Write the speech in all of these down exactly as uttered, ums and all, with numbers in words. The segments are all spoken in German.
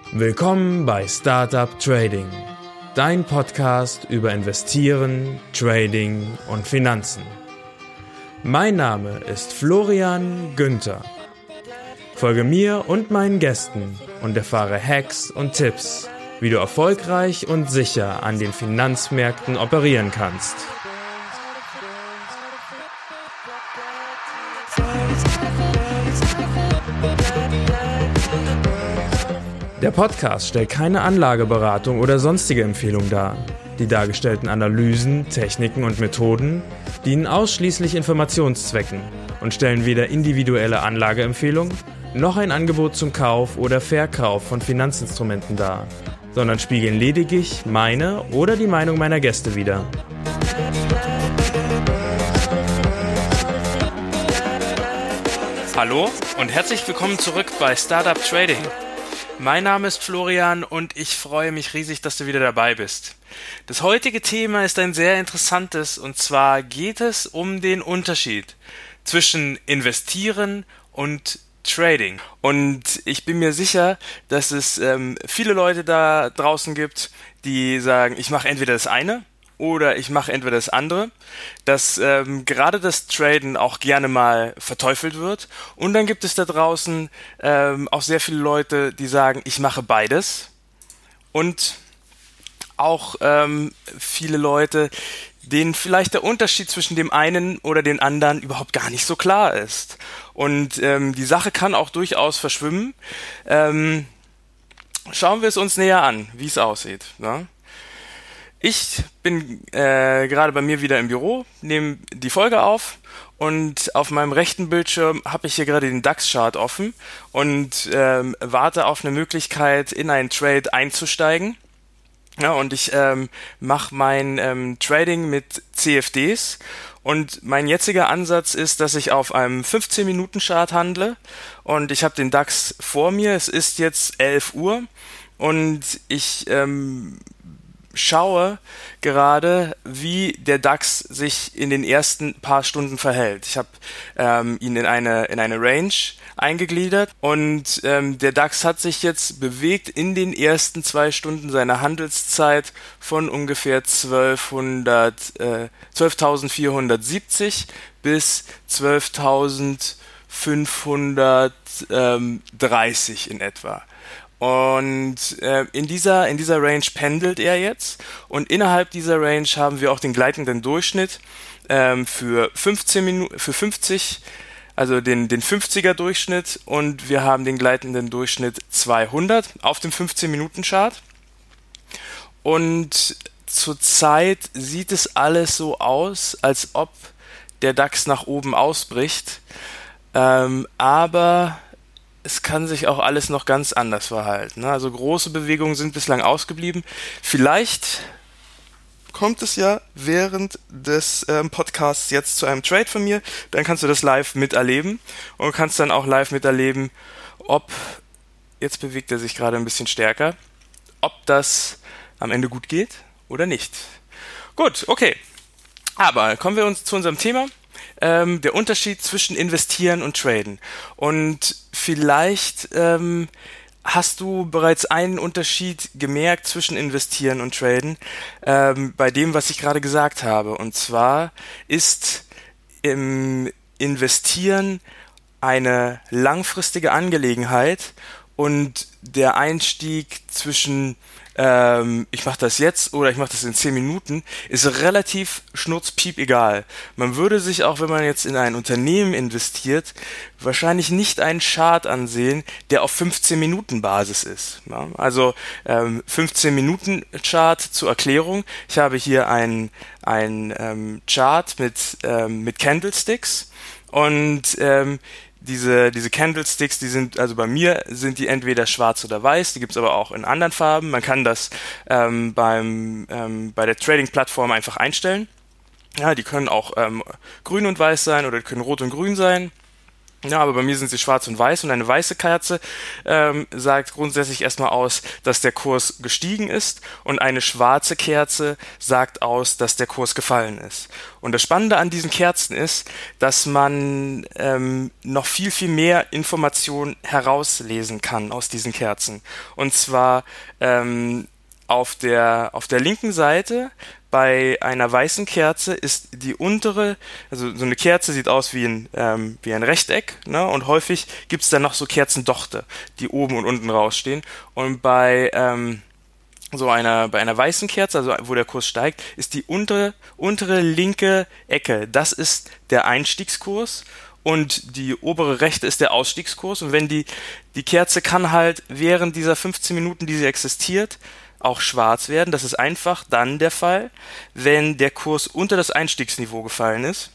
Willkommen bei Startup Trading, dein Podcast über Investieren, Trading und Finanzen. Mein Name ist Florian Günther. Folge mir und meinen Gästen und erfahre Hacks und Tipps, wie du erfolgreich und sicher an den Finanzmärkten operieren kannst. Der Podcast stellt keine Anlageberatung oder sonstige Empfehlung dar. Die dargestellten Analysen, Techniken und Methoden dienen ausschließlich Informationszwecken und stellen weder individuelle Anlageempfehlung noch ein Angebot zum Kauf oder Verkauf von Finanzinstrumenten dar, sondern spiegeln lediglich meine oder die Meinung meiner Gäste wider. Hallo und herzlich willkommen zurück bei Startup Trading. Mein Name ist Florian und ich freue mich riesig, dass du wieder dabei bist. Das heutige Thema ist ein sehr interessantes, und zwar geht es um den Unterschied zwischen Investieren und Trading. Und ich bin mir sicher, dass es ähm, viele Leute da draußen gibt, die sagen, ich mache entweder das eine oder ich mache entweder das andere, dass ähm, gerade das Traden auch gerne mal verteufelt wird. Und dann gibt es da draußen ähm, auch sehr viele Leute, die sagen, ich mache beides. Und auch ähm, viele Leute, denen vielleicht der Unterschied zwischen dem einen oder den anderen überhaupt gar nicht so klar ist. Und ähm, die Sache kann auch durchaus verschwimmen. Ähm, schauen wir es uns näher an, wie es aussieht, ne? Ich bin äh, gerade bei mir wieder im Büro, nehme die Folge auf und auf meinem rechten Bildschirm habe ich hier gerade den DAX-Chart offen und ähm, warte auf eine Möglichkeit, in einen Trade einzusteigen. Ja, und ich ähm, mache mein ähm, Trading mit C F Ds und mein jetziger Ansatz ist, dass ich auf einem fünfzehn-Minuten-Chart handle und ich habe den DAX vor mir. Es ist jetzt elf Uhr und ich ähm, schaue gerade, wie der DAX sich in den ersten paar Stunden verhält. Ich habe ähm, ihn in eine in eine Range eingegliedert und ähm, der DAX hat sich jetzt bewegt in den ersten zwei Stunden seiner Handelszeit von ungefähr zwölfhundert, äh, zwölftausendvierhundertsiebzig bis zwölftausendfünfhundertdreißig in etwa. Und äh, in dieser in dieser Range pendelt er jetzt und innerhalb dieser Range haben wir auch den gleitenden Durchschnitt ähm, für fünfzehn Minuten, für fünfzig, also den den fünfziger Durchschnitt, und wir haben den gleitenden Durchschnitt zweihundert auf dem fünfzehn-Minuten-Chart. Und zurzeit sieht es alles so aus, als ob der DAX nach oben ausbricht, ähm, aber es kann sich auch alles noch ganz anders verhalten. Also große Bewegungen sind bislang ausgeblieben. Vielleicht kommt es ja während des ähm, Podcasts jetzt zu einem Trade von mir. Dann kannst du das live miterleben und kannst dann auch live miterleben, ob, jetzt bewegt er sich gerade ein bisschen stärker, ob das am Ende gut geht oder nicht. Gut, okay. Aber kommen wir uns zu unserem Thema. Ähm, der Unterschied zwischen Investieren und Traden. Und vielleicht ähm, hast du bereits einen Unterschied gemerkt zwischen Investieren und Traden ähm, bei dem, was ich gerade gesagt habe. Und zwar ist im Investieren eine langfristige Angelegenheit und der Einstieg zwischen ähm, ich mache das jetzt oder ich mache das in zehn Minuten, ist relativ schnurzpiep egal. Man würde sich, auch wenn man jetzt in ein Unternehmen investiert, wahrscheinlich nicht einen Chart ansehen, der auf fünfzehn-Minuten-Basis ist. Ja? Also ähm, fünfzehn-Minuten-Chart zur Erklärung. Ich habe hier einen ein, ähm, Chart mit, ähm, mit Candlesticks und ähm, Diese, diese Candlesticks, die sind, also bei mir sind die entweder schwarz oder weiß, die gibt es aber auch in anderen Farben. Man kann das ähm, beim, ähm, bei der Trading-Plattform einfach einstellen. Ja, die können auch ähm, grün und weiß sein oder können rot und grün sein. Ja, aber bei mir sind sie schwarz und weiß und eine weiße Kerze ähm, sagt grundsätzlich erstmal aus, dass der Kurs gestiegen ist und eine schwarze Kerze sagt aus, dass der Kurs gefallen ist. Und das Spannende an diesen Kerzen ist, dass man ähm, noch viel, viel mehr Informationen herauslesen kann aus diesen Kerzen. Und zwar ähm, auf der, auf der linken Seite bei einer weißen Kerze ist die untere, also so eine Kerze sieht aus wie ein, ähm, wie ein Rechteck, ne? Und häufig gibt es dann noch so Kerzendochte, die oben und unten rausstehen. Und bei ähm, so einer, bei einer weißen Kerze, also wo der Kurs steigt, ist die untere, untere linke Ecke, das ist der Einstiegskurs. Und die obere rechte ist der Ausstiegskurs. Und wenn die, die Kerze kann halt während dieser fünfzehn Minuten, die sie existiert, auch schwarz werden. Das ist einfach dann der Fall, wenn der Kurs unter das Einstiegsniveau gefallen ist.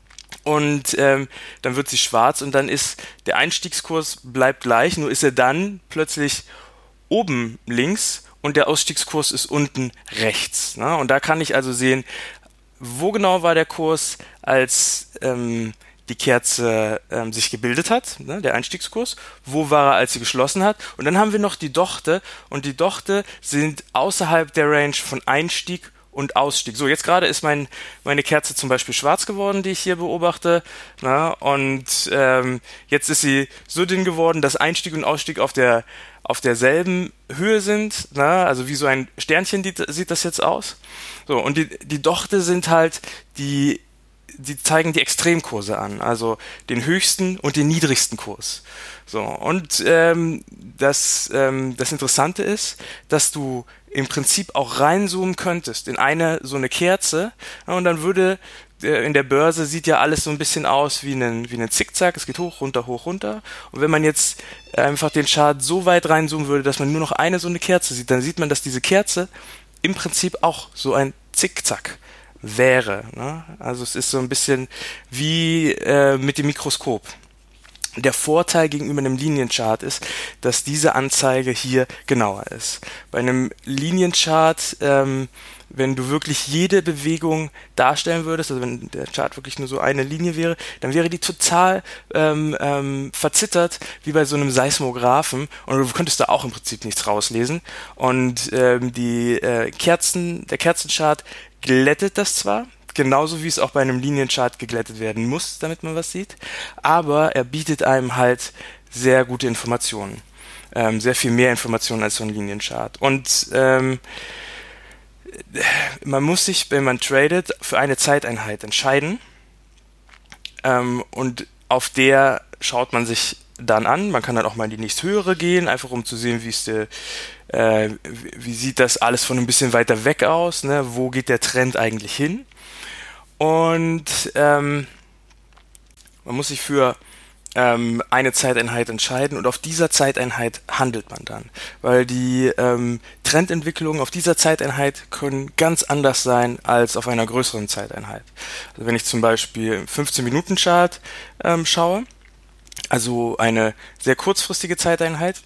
Und ähm, dann wird sie schwarz und dann ist der Einstiegskurs bleibt gleich, nur ist er dann plötzlich oben links und der Ausstiegskurs ist unten rechts. Ne? Und da kann ich also sehen, wo genau war der Kurs, als ähm, die Kerze ähm, sich gebildet hat, ne, der Einstiegskurs, wo war er, als sie geschlossen hat, und dann haben wir noch die Dochte, und die Dochte sind außerhalb der Range von Einstieg und Ausstieg. So, jetzt gerade ist mein, meine Kerze zum Beispiel schwarz geworden, die ich hier beobachte, na, und ähm, jetzt ist sie so dünn geworden, dass Einstieg und Ausstieg auf der auf derselben Höhe sind, na, also wie so ein Sternchen die, sieht das jetzt aus. So, und die, die Dochte sind halt die die zeigen die Extremkurse an, also den höchsten und den niedrigsten Kurs. So, und ähm, das, ähm, das Interessante ist, dass du im Prinzip auch reinzoomen könntest in eine so eine Kerze, ja, und dann würde äh, in der Börse sieht ja alles so ein bisschen aus wie ein, wie ein Zickzack, es geht hoch, runter, hoch, runter. Und wenn man jetzt einfach den Chart so weit reinzoomen würde, dass man nur noch eine so eine Kerze sieht, dann sieht man, dass diese Kerze im Prinzip auch so ein Zickzack wäre. Ne? Also es ist so ein bisschen wie äh, mit dem Mikroskop. Der Vorteil gegenüber einem Linienchart ist, dass diese Anzeige hier genauer ist. Bei einem Linienchart, ähm, wenn du wirklich jede Bewegung darstellen würdest, also wenn der Chart wirklich nur so eine Linie wäre, dann wäre die total ähm, ähm, verzittert, wie bei so einem Seismographen, und du könntest da auch im Prinzip nichts rauslesen. Und ähm, die äh, Kerzen, der Kerzenchart glättet das zwar, genauso wie es auch bei einem Linienchart geglättet werden muss, damit man was sieht, aber er bietet einem halt sehr gute Informationen, ähm, sehr viel mehr Informationen als so ein Linienchart. Und ähm, man muss sich, wenn man tradet, für eine Zeiteinheit entscheiden, ähm, und auf der schaut man sich dann an. Man kann dann auch mal in die nächsthöhere gehen, einfach um zu sehen, wie ist der, äh, wie sieht das alles von ein bisschen weiter weg aus, ne? Wo geht der Trend eigentlich hin? Und ähm, man muss sich für ähm, eine Zeiteinheit entscheiden, und auf dieser Zeiteinheit handelt man dann, weil die ähm, Trendentwicklungen auf dieser Zeiteinheit können ganz anders sein als auf einer größeren Zeiteinheit. Also wenn ich zum Beispiel fünfzehn Minuten Chart ähm, schaue, also eine sehr kurzfristige Zeiteinheit,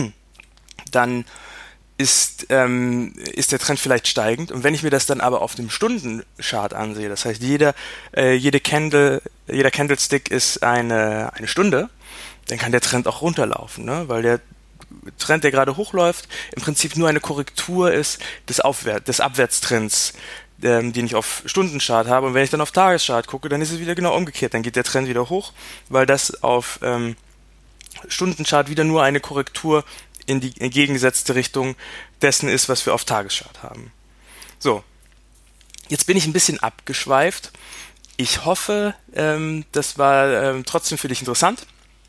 dann ist, ähm, ist der Trend vielleicht steigend. Und wenn ich mir das dann aber auf dem Stundenchart ansehe, das heißt, jeder, äh, jede Candle, jeder Candlestick ist eine, eine Stunde, dann kann der Trend auch runterlaufen, ne? Weil der Trend, der gerade hochläuft, im Prinzip nur eine Korrektur ist des, Aufwär- des Abwärtstrends, ähm, den ich auf Stundenchart habe. Und wenn ich dann auf Tageschart gucke, dann ist es wieder genau umgekehrt. Dann geht der Trend wieder hoch, weil das auf ähm, Stundenchart wieder nur eine Korrektur in die entgegengesetzte Richtung dessen ist, was wir auf Tageschart haben. So, jetzt bin ich ein bisschen abgeschweift. Ich hoffe, ähm, das war ähm, trotzdem für dich interessant.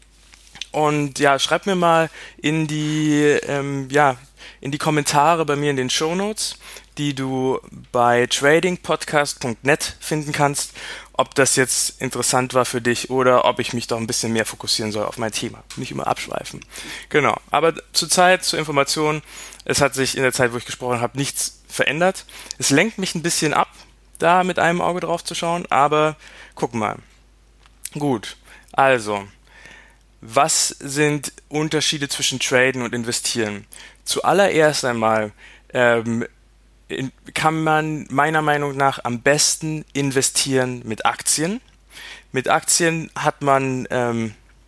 Und ja, schreib mir mal in die, ähm, ja, in die Kommentare bei mir in den Shownotes, die du bei trading podcast punkt net finden kannst, ob das jetzt interessant war für dich oder ob ich mich doch ein bisschen mehr fokussieren soll auf mein Thema. Nicht immer abschweifen. Genau. Aber zur Zeit, zur Information, es hat sich in der Zeit, wo ich gesprochen habe, nichts verändert. Es lenkt mich ein bisschen ab, da mit einem Auge drauf zu schauen, aber guck mal. Gut. Also, was sind Unterschiede zwischen Traden und Investieren? Zuallererst einmal ähm, in, kann man meiner Meinung nach am besten investieren mit Aktien. Mit Aktien hat man ähm,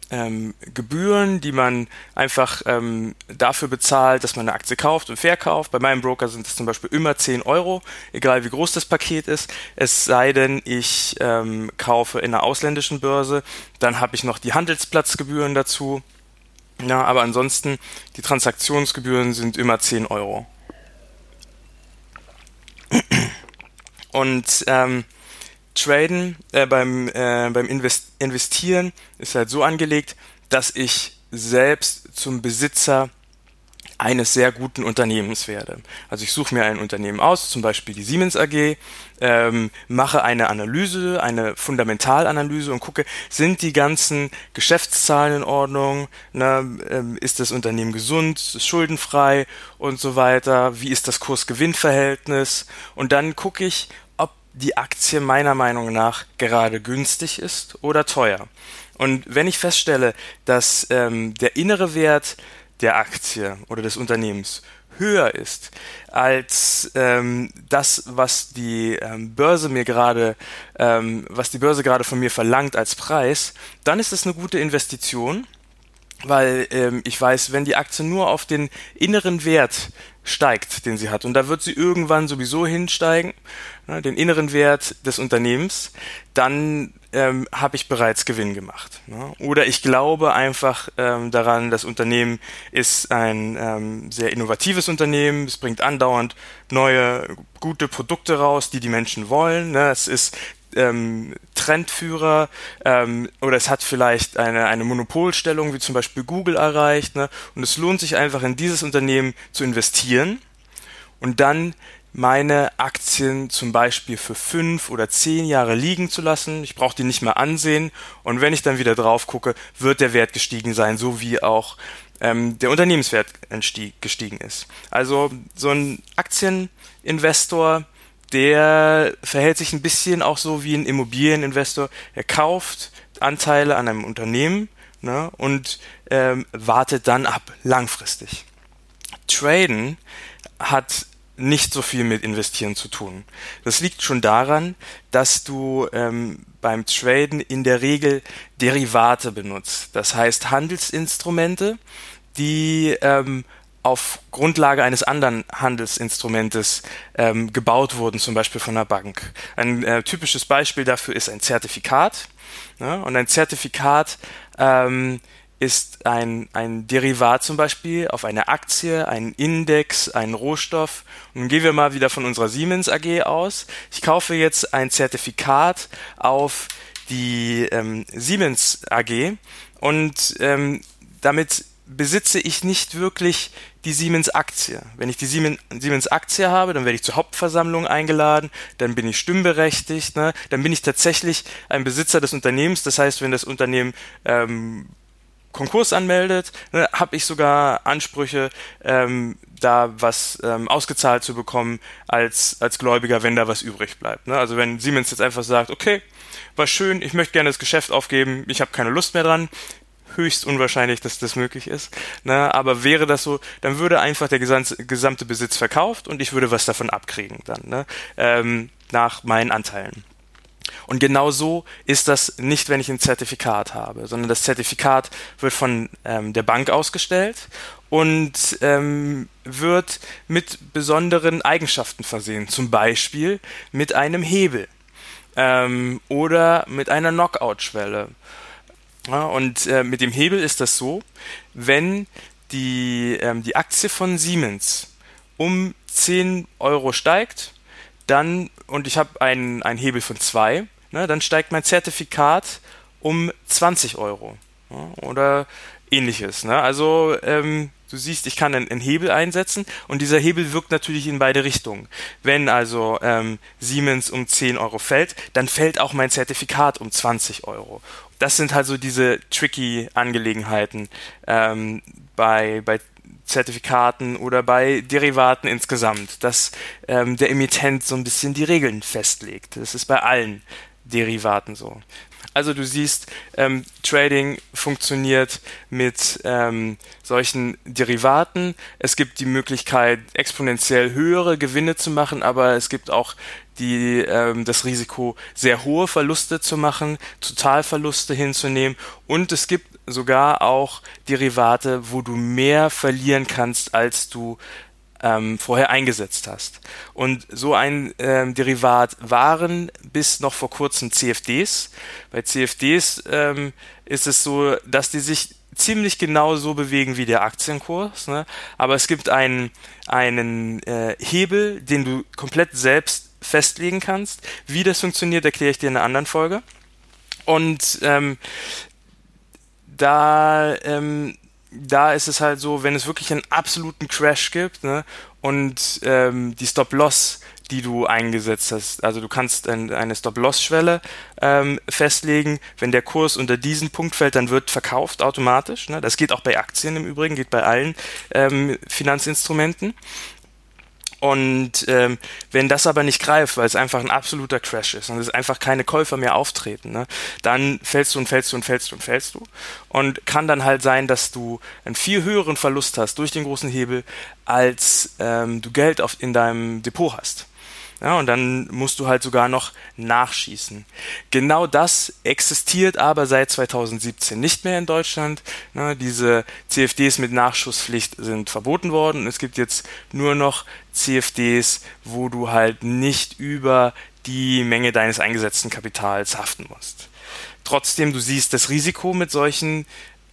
ähm, Gebühren, die man einfach ähm, dafür bezahlt, dass man eine Aktie kauft und verkauft. Bei meinem Broker sind es zum Beispiel immer zehn Euro, egal wie groß das Paket ist. Es sei denn, ich ähm, kaufe in einer ausländischen Börse, dann habe ich noch die Handelsplatzgebühren dazu. Ja, aber ansonsten, die Transaktionsgebühren sind immer zehn Euro. Und ähm, Traden, äh, beim, äh, beim Invest Investieren ist halt so angelegt, dass ich selbst zum Besitzer eines sehr guten Unternehmens werde. Also ich suche mir ein Unternehmen aus, zum Beispiel die Siemens A G, ähm, mache eine Analyse, eine Fundamentalanalyse und gucke, sind die ganzen Geschäftszahlen in Ordnung, ne, ähm, ist das Unternehmen gesund, ist es schuldenfrei und so weiter, wie ist das Kurs-Gewinn-Verhältnis, und dann gucke ich, ob die Aktie meiner Meinung nach gerade günstig ist oder teuer. Und wenn ich feststelle, dass ähm, der innere Wert der Aktie oder des Unternehmens höher ist als ähm, das, was die ähm, Börse mir gerade, ähm, was die Börse gerade von mir verlangt als Preis, dann ist es eine gute Investition, weil ähm, ich weiß, wenn die Aktie nur auf den inneren Wert steigt, den sie hat, und da wird sie irgendwann sowieso hinsteigen, ne, den inneren Wert des Unternehmens, dann ähm, habe ich bereits Gewinn gemacht. Ne? Oder ich glaube einfach ähm, daran, das Unternehmen ist ein ähm, sehr innovatives Unternehmen, es bringt andauernd neue, gute Produkte raus, die die Menschen wollen. Ne? Es ist ähm, Trendführer, ähm, oder es hat vielleicht eine, eine Monopolstellung, wie zum Beispiel Google erreicht, ne? Und es lohnt sich einfach, in dieses Unternehmen zu investieren und dann meine Aktien zum Beispiel für fünf oder zehn Jahre liegen zu lassen. Ich brauche die nicht mehr ansehen, und wenn ich dann wieder drauf gucke, wird der Wert gestiegen sein, so wie auch ähm, der Unternehmenswert gestiegen ist. Also so ein Aktieninvestor, der verhält sich ein bisschen auch so wie ein Immobilieninvestor. Er kauft Anteile an einem Unternehmen, ne, und ähm, wartet dann ab, langfristig. Traden hat nicht so viel mit Investieren zu tun. Das liegt schon daran, dass du ähm, beim Traden in der Regel Derivate benutzt. Das heißt Handelsinstrumente, die ähm, auf Grundlage eines anderen Handelsinstrumentes ähm, gebaut wurden, zum Beispiel von einer Bank. Ein äh, typisches Beispiel dafür ist ein Zertifikat. Ne? Und ein Zertifikat ähm, ist ein, ein Derivat zum Beispiel auf eine Aktie, einen Index, einen Rohstoff. Und nun gehen wir mal wieder von unserer Siemens A G aus. Ich kaufe jetzt ein Zertifikat auf die ähm, Siemens A G, und ähm, damit besitze ich nicht wirklich die Siemens-Aktie. Wenn ich die Siemens-Aktie habe, dann werde ich zur Hauptversammlung eingeladen, dann bin ich stimmberechtigt, ne? Dann bin ich tatsächlich ein Besitzer des Unternehmens. Das heißt, wenn das Unternehmen ähm, Konkurs anmeldet, ne, habe ich sogar Ansprüche, ähm, da was ähm, ausgezahlt zu bekommen als, als Gläubiger, wenn da was übrig bleibt. Ne? Also wenn Siemens jetzt einfach sagt, okay, war schön, ich möchte gerne das Geschäft aufgeben, ich habe keine Lust mehr dran, höchst unwahrscheinlich, dass das möglich ist. Ne? Aber wäre das so, dann würde einfach der gesamte, gesamte Besitz verkauft und ich würde was davon abkriegen dann, ne? ähm, nach meinen Anteilen. Und genau so ist das nicht, wenn ich ein Zertifikat habe, sondern das Zertifikat wird von ähm, der Bank ausgestellt und ähm, wird mit besonderen Eigenschaften versehen, zum Beispiel mit einem Hebel ähm, oder mit einer Knockout-Schwelle. Ja, und äh, mit dem Hebel ist das so, wenn die, ähm, die Aktie von Siemens um zehn Euro steigt, dann, und ich habe einen, einen Hebel von zwei, ne, dann steigt mein Zertifikat um zwanzig Euro, ja, oder ähnliches. Ne? Also ähm, du siehst, ich kann einen, einen Hebel einsetzen, und dieser Hebel wirkt natürlich in beide Richtungen. Wenn also ähm, Siemens um zehn Euro fällt, dann fällt auch mein Zertifikat um zwanzig Euro. Das sind halt so diese tricky Angelegenheiten ähm, bei, bei Zertifikaten oder bei Derivaten insgesamt, dass ähm, der Emittent so ein bisschen die Regeln festlegt. Das ist bei allen Derivaten so. Also du siehst, ähm, Trading funktioniert mit ähm, solchen Derivaten. Es gibt die Möglichkeit, exponentiell höhere Gewinne zu machen, aber es gibt auch die, ähm, das Risiko, sehr hohe Verluste zu machen, Totalverluste hinzunehmen. Und es gibt sogar auch Derivate, wo du mehr verlieren kannst, als du ähm, vorher eingesetzt hast. Und so ein ähm, Derivat waren bis noch vor kurzem C F Ds. Bei C F Ds ähm, ist es so, dass die sich ziemlich genau so bewegen wie der Aktienkurs, ne? Aber es gibt einen, einen äh, Hebel, den du komplett selbst festlegen kannst. Wie das funktioniert, erkläre ich dir in einer anderen Folge. Und ähm, da, ähm, da ist es halt so, wenn es wirklich einen absoluten Crash gibt, ne, und ähm, die Stop-Loss, die du eingesetzt hast, also du kannst ein, eine Stop-Loss-Schwelle ähm, festlegen, wenn der Kurs unter diesen Punkt fällt, dann wird verkauft automatisch, ne? Das geht auch bei Aktien im Übrigen, geht bei allen ähm, Finanzinstrumenten. Und ähm, wenn das aber nicht greift, weil es einfach ein absoluter Crash ist und es einfach keine Käufer mehr auftreten, ne, dann fällst du und fällst du und fällst du und fällst du. Und kann dann halt sein, dass du einen viel höheren Verlust hast durch den großen Hebel, als ähm, du Geld auf, in deinem Depot hast. Ja, und dann musst du halt sogar noch nachschießen. Genau das existiert aber seit zweitausendsiebzehn nicht mehr in Deutschland. Ne, diese C F Ds mit Nachschusspflicht sind verboten worden. Es gibt jetzt nur noch C F Ds, wo du halt nicht über die Menge deines eingesetzten Kapitals haften musst. Trotzdem, du siehst, das Risiko mit solchen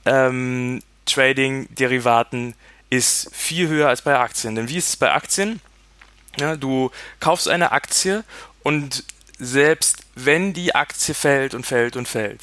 ähm, Trading-Derivaten ist viel höher als bei Aktien. Denn wie ist es bei Aktien? Ja, du kaufst eine Aktie und selbst wenn die Aktie fällt und fällt und fällt,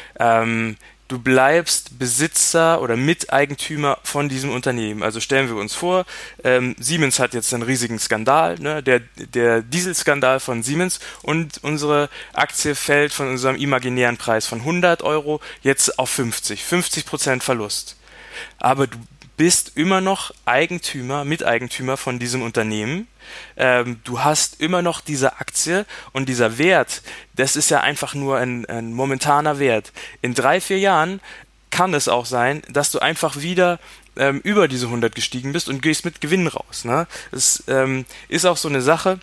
ähm, du bleibst Besitzer oder Miteigentümer von diesem Unternehmen. Also stellen wir uns vor, ähm, Siemens hat jetzt einen riesigen Skandal, ne, der, der Dieselskandal von Siemens, und unsere Aktie fällt von unserem imaginären Preis von hundert Euro jetzt auf fünfzig, fünfzig Prozent Verlust. Aber du bist immer noch Eigentümer, Miteigentümer von diesem Unternehmen. Ähm, du hast immer noch diese Aktie, und dieser Wert, das ist ja einfach nur ein, ein momentaner Wert. In drei, vier Jahren kann es auch sein, dass du einfach wieder ähm, über diese hundert gestiegen bist und gehst mit Gewinn raus. Ne? Das ähm, ist auch so eine Sache.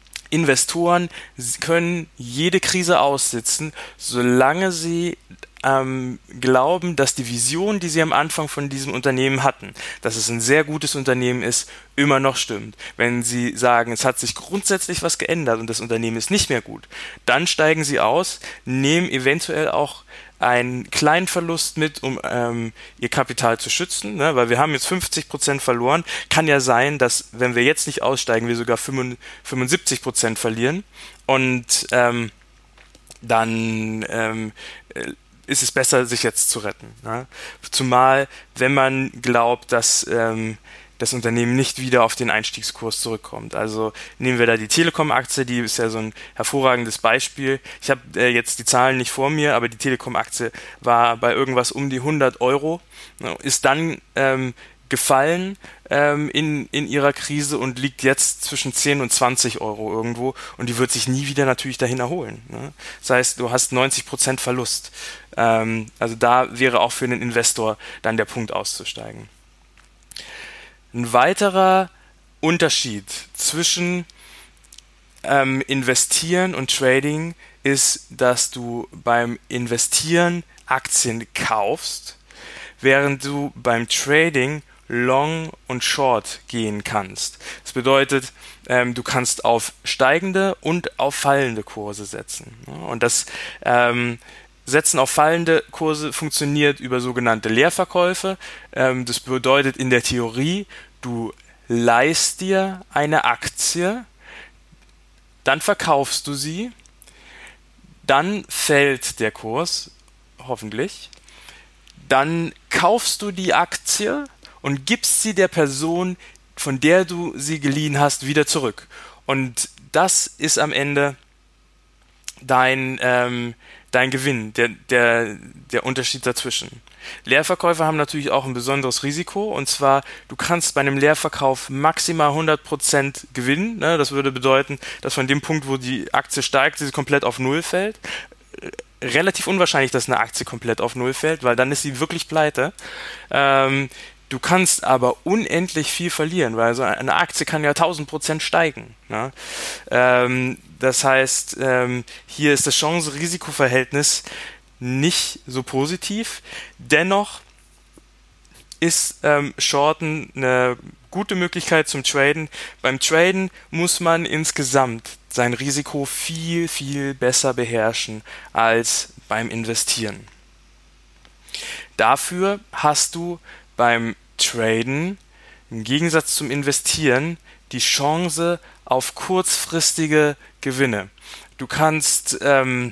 Investoren können jede Krise aussitzen, solange sie ähm, glauben, dass die Vision, die sie am Anfang von diesem Unternehmen hatten, dass es ein sehr gutes Unternehmen ist, immer noch stimmt. Wenn sie sagen, es hat sich grundsätzlich was geändert und das Unternehmen ist nicht mehr gut, dann steigen sie aus, nehmen eventuell auch einen kleinen Verlust mit, um ähm, ihr Kapital zu schützen, ne? Weil wir haben jetzt fünfzig Prozent verloren. Kann ja sein, dass, wenn wir jetzt nicht aussteigen, wir sogar fünfundsiebzig Prozent verlieren, und ähm, dann ähm, ist es besser, sich jetzt zu retten. Ne? Zumal, wenn man glaubt, dass ähm, das Unternehmen nicht wieder auf den Einstiegskurs zurückkommt. Also nehmen wir da die Telekom-Aktie, die ist ja so ein hervorragendes Beispiel. Ich habe äh, jetzt die Zahlen nicht vor mir, aber die Telekom-Aktie war bei irgendwas um die hundert Euro, ne, ist dann ähm, gefallen ähm, in, in ihrer Krise und liegt jetzt zwischen zehn und zwanzig Euro irgendwo, und die wird sich nie wieder natürlich dahin erholen. Ne? Das heißt, du hast neunzig Prozent Verlust. Ähm, also da wäre auch für einen Investor dann der Punkt auszusteigen. Ein weiterer Unterschied zwischen ähm, Investieren und Trading ist, dass du beim Investieren Aktien kaufst, während du beim Trading Long und Short gehen kannst. Das bedeutet, ähm, du kannst auf steigende und auf fallende Kurse setzen. Und das ähm, Setzen auf fallende Kurse funktioniert über sogenannte Leerverkäufe. Ähm, das bedeutet in der Theorie, du leihst dir eine Aktie, dann verkaufst du sie, dann fällt der Kurs, hoffentlich, dann kaufst du die Aktie und gibst sie der Person, von der du sie geliehen hast, wieder zurück. Und das ist am Ende dein, ähm, dein Gewinn, der, der, der Unterschied dazwischen. Leerverkäufer haben natürlich auch ein besonderes Risiko, und zwar, du kannst bei einem Leerverkauf maximal hundert Prozent gewinnen. Ne? Das würde bedeuten, dass von dem Punkt, wo die Aktie steigt, sie komplett auf Null fällt. Relativ unwahrscheinlich, dass eine Aktie komplett auf Null fällt, weil dann ist sie wirklich pleite. Ähm, Du kannst aber unendlich viel verlieren, weil so eine Aktie kann ja tausend Prozent steigen. Ne? Ähm, das heißt, ähm, hier ist das Chance-Risiko-Verhältnis nicht so positiv. Dennoch ist ähm, Shorten eine gute Möglichkeit zum Traden. Beim Traden muss man insgesamt sein Risiko viel, viel besser beherrschen als beim Investieren. Dafür hast du beim Traden im Gegensatz zum Investieren die Chance auf kurzfristige Gewinne. Du kannst ähm,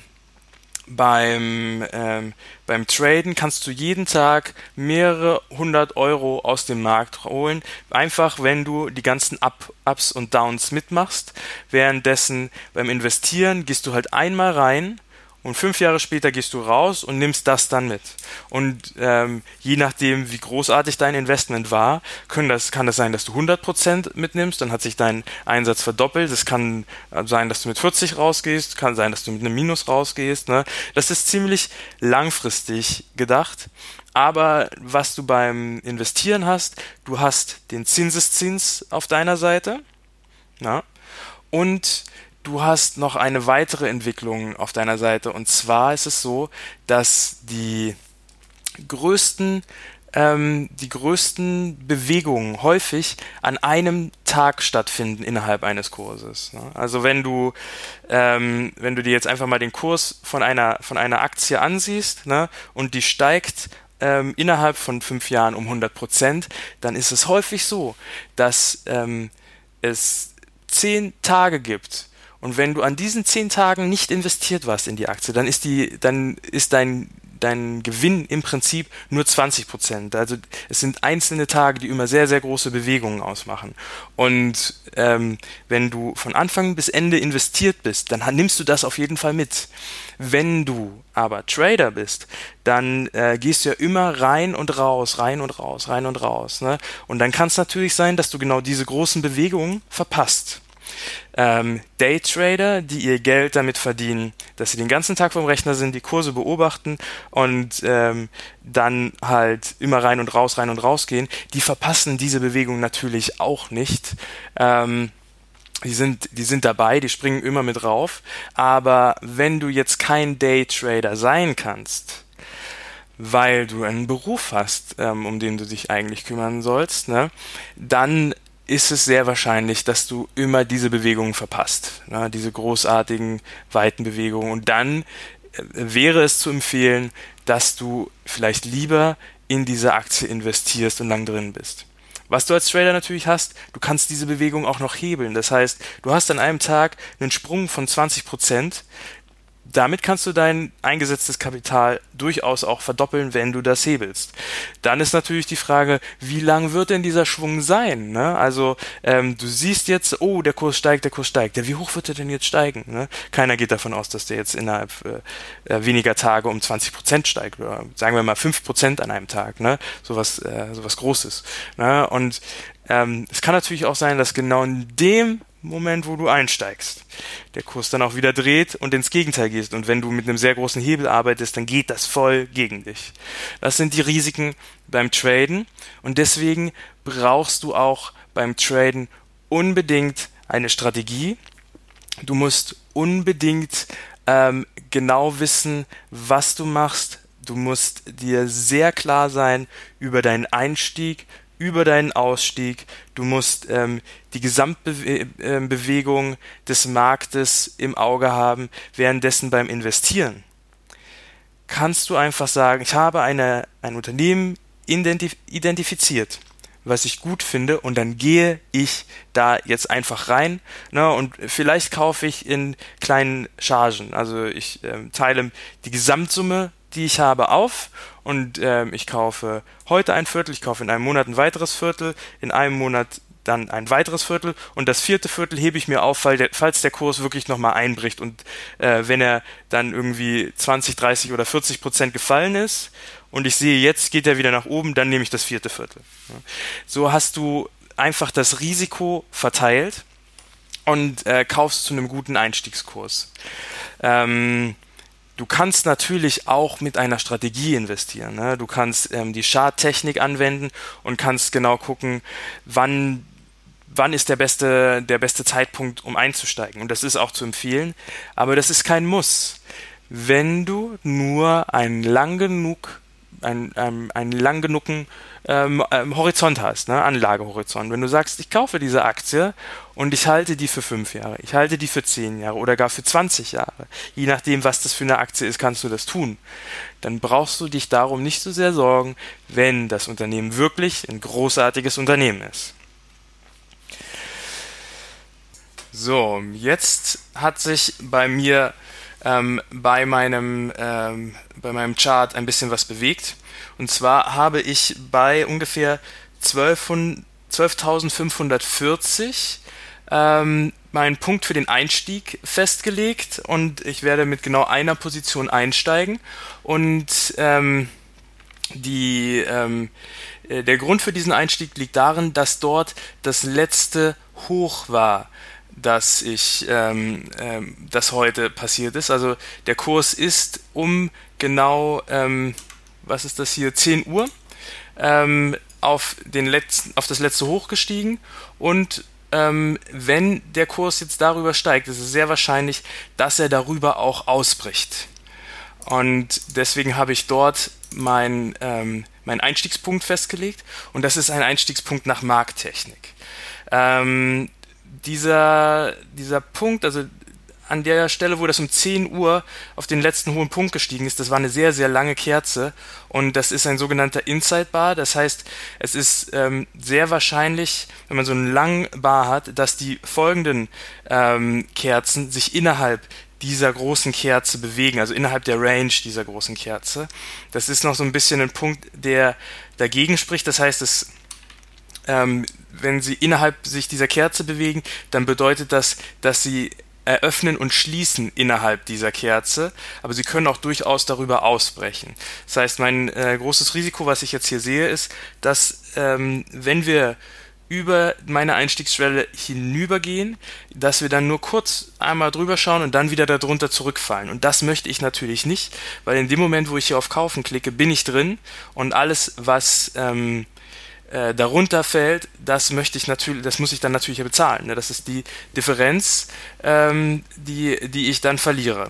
beim, ähm, beim Traden kannst du jeden Tag mehrere hundert Euro aus dem Markt holen, einfach wenn du die ganzen Up, Ups und Downs mitmachst. Währenddessen beim Investieren gehst du halt einmal rein und fünf Jahre später gehst du raus und nimmst das dann mit. Und ähm, je nachdem, wie großartig dein Investment war, können das, kann das sein, dass du hundert Prozent mitnimmst, dann hat sich dein Einsatz verdoppelt. Es kann sein, dass du mit vierzig rausgehst, kann sein, dass du mit einem Minus rausgehst. Ne? Das ist ziemlich langfristig gedacht. Aber was du beim Investieren hast, du hast den Zinseszins auf deiner Seite, na? Und du hast noch eine weitere Entwicklung auf deiner Seite, und zwar ist es so, dass die größten, ähm, die größten Bewegungen häufig an einem Tag stattfinden innerhalb eines Kurses. Ne? Also wenn du, ähm, wenn du dir jetzt einfach mal den Kurs von einer, von einer Aktie ansiehst, ne, und die steigt ähm, innerhalb von fünf Jahren um hundert Prozent, dann ist es häufig so, dass ähm, es zehn Tage gibt. Und wenn du an diesen zehn Tagen nicht investiert warst in die Aktie, dann ist die, dann ist dein, dein Gewinn im Prinzip nur zwanzig Prozent. Also es sind einzelne Tage, die immer sehr, sehr große Bewegungen ausmachen. Und ähm, wenn du von Anfang bis Ende investiert bist, dann nimmst du das auf jeden Fall mit. Wenn du aber Trader bist, dann äh, gehst du ja immer rein und raus, rein und raus, rein und raus. Ne? Und dann kann es natürlich sein, dass du genau diese großen Bewegungen verpasst. Ähm, Daytrader, die ihr Geld damit verdienen, dass sie den ganzen Tag vorm Rechner sind, die Kurse beobachten und ähm, dann halt immer rein und raus, rein und raus gehen, die verpassen diese Bewegung natürlich auch nicht. Ähm, die sind, die sind dabei, die springen immer mit rauf. Aber wenn du jetzt kein Daytrader sein kannst, weil du einen Beruf hast, ähm, um den du dich eigentlich kümmern sollst, ne, dann ist es sehr wahrscheinlich, dass du immer diese Bewegungen verpasst, ne, diese großartigen, weiten Bewegungen. Und dann äh, wäre es zu empfehlen, dass du vielleicht lieber in diese Aktie investierst und lang drin bist. Was du als Trader natürlich hast, du kannst diese Bewegung auch noch hebeln. Das heißt, du hast an einem Tag einen Sprung von zwanzig Prozent. Damit kannst du dein eingesetztes Kapital durchaus auch verdoppeln, wenn du das hebelst. Dann ist natürlich die Frage, wie lang wird denn dieser Schwung sein? Ne? Also ähm, du siehst jetzt, oh, der Kurs steigt, der Kurs steigt. Ja, wie hoch wird der denn jetzt steigen? Ne? Keiner geht davon aus, dass der jetzt innerhalb äh, weniger Tage um zwanzig Prozent steigt. Oder sagen wir mal fünf Prozent an einem Tag. Ne? Sowas, äh, sowas Großes. Ne? Und ähm, es kann natürlich auch sein, dass genau in dem Moment, wo du einsteigst, der Kurs dann auch wieder dreht und ins Gegenteil geht. Und wenn du mit einem sehr großen Hebel arbeitest, dann geht das voll gegen dich. Das sind die Risiken beim Traden. Und deswegen brauchst du auch beim Traden unbedingt eine Strategie. Du musst unbedingt ähm, genau wissen, was du machst. Du musst dir sehr klar sein über deinen Einstieg, über deinen Ausstieg. Du musst ähm, die Gesamtbewegung äh, des Marktes im Auge haben. Währenddessen beim Investieren kannst du einfach sagen, ich habe eine, ein Unternehmen identif- identifiziert, was ich gut finde, und dann gehe ich da jetzt einfach rein, ne, und vielleicht kaufe ich in kleinen Chargen. Also ich ähm, teile die Gesamtsumme, die ich habe, auf, und ähm, ich kaufe heute ein Viertel, ich kaufe in einem Monat ein weiteres Viertel, in einem Monat dann ein weiteres Viertel, und das vierte Viertel hebe ich mir auf, weil der, falls der Kurs wirklich nochmal einbricht und äh, wenn er dann irgendwie zwanzig, dreißig oder vierzig Prozent gefallen ist und ich sehe, jetzt geht er wieder nach oben, dann nehme ich das vierte Viertel. So hast du einfach das Risiko verteilt und äh, kaufst zu einem guten Einstiegskurs. Ähm, Du kannst natürlich auch mit einer Strategie investieren. Ne? Du kannst ähm, die Charttechnik anwenden und kannst genau gucken, wann, wann ist der beste, der beste Zeitpunkt, um einzusteigen. Und das ist auch zu empfehlen, aber das ist kein Muss. wenn du nur einen lang genug, einen, ähm, einen lang genugen ähm, ähm, Horizont hast, ne? Anlagehorizont. Wenn du sagst, ich kaufe diese Aktie und ich halte die für fünf Jahre, ich halte die für zehn Jahre oder gar für zwanzig Jahre, je nachdem, was das für eine Aktie ist, kannst du das tun. Dann brauchst du dich darum nicht so sehr sorgen, wenn das Unternehmen wirklich ein großartiges Unternehmen ist. So, jetzt hat sich bei mir ähm, bei meinem ähm, bei meinem Chart ein bisschen was bewegt. Und zwar habe ich bei ungefähr zwölftausendfünfhundertvierzig ähm, meinen Punkt für den Einstieg festgelegt und ich werde mit genau einer Position einsteigen. Und ähm, die, ähm, äh, der Grund für diesen Einstieg liegt darin, dass dort das letzte Hoch war, dass ich, ähm, ähm, das heute passiert ist. Also der Kurs ist um genau, ähm, was ist das hier, zehn Uhr, ähm, auf den letzten, auf das letzte Hoch gestiegen und ähm, wenn der Kurs jetzt darüber steigt, ist es sehr wahrscheinlich, dass er darüber auch ausbricht. Und deswegen habe ich dort mein, ähm, meinen Einstiegspunkt festgelegt und das ist ein Einstiegspunkt nach Markttechnik. Ähm, dieser, dieser Punkt, also an der Stelle, wo das um zehn Uhr auf den letzten hohen Punkt gestiegen ist, das war eine sehr, sehr lange Kerze und das ist ein sogenannter Inside Bar. Das heißt, es ist ähm, sehr wahrscheinlich, wenn man so einen langen Bar hat, dass die folgenden ähm, Kerzen sich innerhalb dieser großen Kerze bewegen, also innerhalb der Range dieser großen Kerze. Das ist noch so ein bisschen ein Punkt, der dagegen spricht. Das heißt, es ähm, wenn sie innerhalb sich dieser Kerze bewegen, dann bedeutet das, dass sie eröffnen und schließen innerhalb dieser Kerze, aber sie können auch durchaus darüber ausbrechen. Das heißt, mein äh, großes Risiko, was ich jetzt hier sehe, ist, dass ähm, wenn wir über meine Einstiegsschwelle hinübergehen, dass wir dann nur kurz einmal drüber schauen und dann wieder darunter zurückfallen. Und das möchte ich natürlich nicht, weil in dem Moment, wo ich hier auf Kaufen klicke, bin ich drin und alles, was ähm, äh, darunter fällt, das möchte ich natürlich, das muss ich dann natürlich bezahlen. Ne? Das ist die Differenz, ähm, die, die ich dann verliere.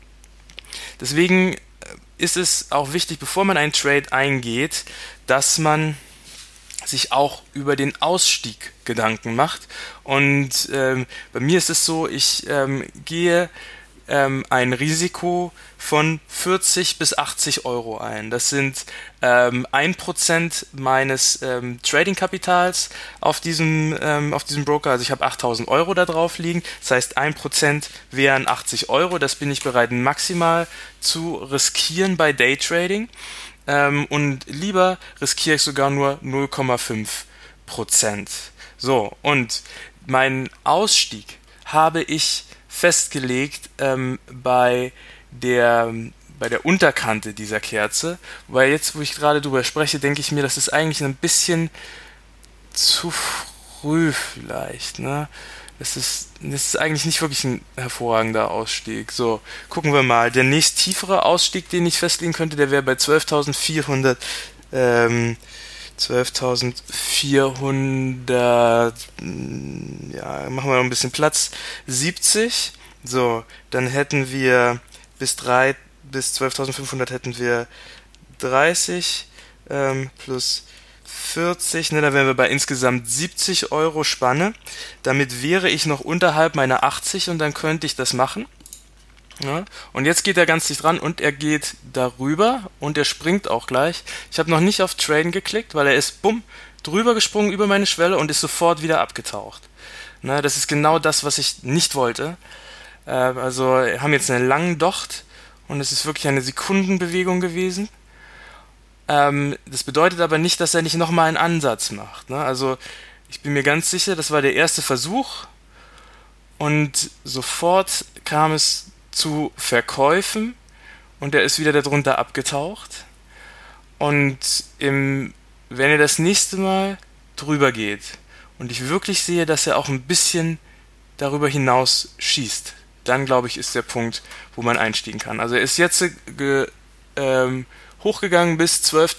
Deswegen ist es auch wichtig, bevor man einen Trade eingeht, dass man sich auch über den Ausstieg Gedanken macht. Und ähm, bei mir ist es so, ich ähm, gehe ähm, ein Risiko von vierzig bis achtzig Euro ein. Das sind ähm, ein Prozent meines ähm, Trading-Kapitals auf diesem, ähm, auf diesem Broker. Also ich habe achttausend Euro da drauf liegen. Das heißt, ein Prozent wären achtzig Euro. Das bin ich bereit, maximal zu riskieren bei Daytrading. Ähm, und lieber riskiere ich sogar nur null Komma fünf Prozent. So, und meinen Ausstieg habe ich festgelegt ähm, bei der bei der Unterkante dieser Kerze, weil jetzt, wo ich gerade drüber spreche, denke ich mir, das ist eigentlich ein bisschen zu früh vielleicht, ne? Das ist, das ist eigentlich nicht wirklich ein hervorragender Ausstieg. So, gucken wir mal. Der nächst tiefere Ausstieg, den ich festlegen könnte, der wäre bei zwölftausendvierhundert, ähm, zwölftausendvierhundert, ja, machen wir noch ein bisschen Platz, siebzig. So, dann hätten wir bis drei, bis zwölftausendfünfhundert hätten wir dreißig, ähm, plus vierzig, ne, da wären wir bei insgesamt siebzig Euro Spanne. Damit wäre ich noch unterhalb meiner achtzig und dann könnte ich das machen. Ja, und jetzt geht er ganz dicht dran und er geht darüber und er springt auch gleich. Ich habe noch nicht auf Traden geklickt, weil er ist bumm drüber gesprungen über meine Schwelle und ist sofort wieder abgetaucht. Na, das ist genau das, was ich nicht wollte. Äh, also wir haben jetzt einen langen Docht und es ist wirklich eine Sekundenbewegung gewesen. Ähm, das bedeutet aber nicht, dass er nicht nochmal einen Ansatz macht. Ne? Also ich bin mir ganz sicher, das war der erste Versuch und sofort kam es zu Verkäufen und er ist wieder darunter abgetaucht. Und im, wenn er das nächste Mal drüber geht und ich wirklich sehe, dass er auch ein bisschen darüber hinaus schießt, dann glaube ich, ist der Punkt, wo man einsteigen kann. Also er ist jetzt ge, ähm, hochgegangen bis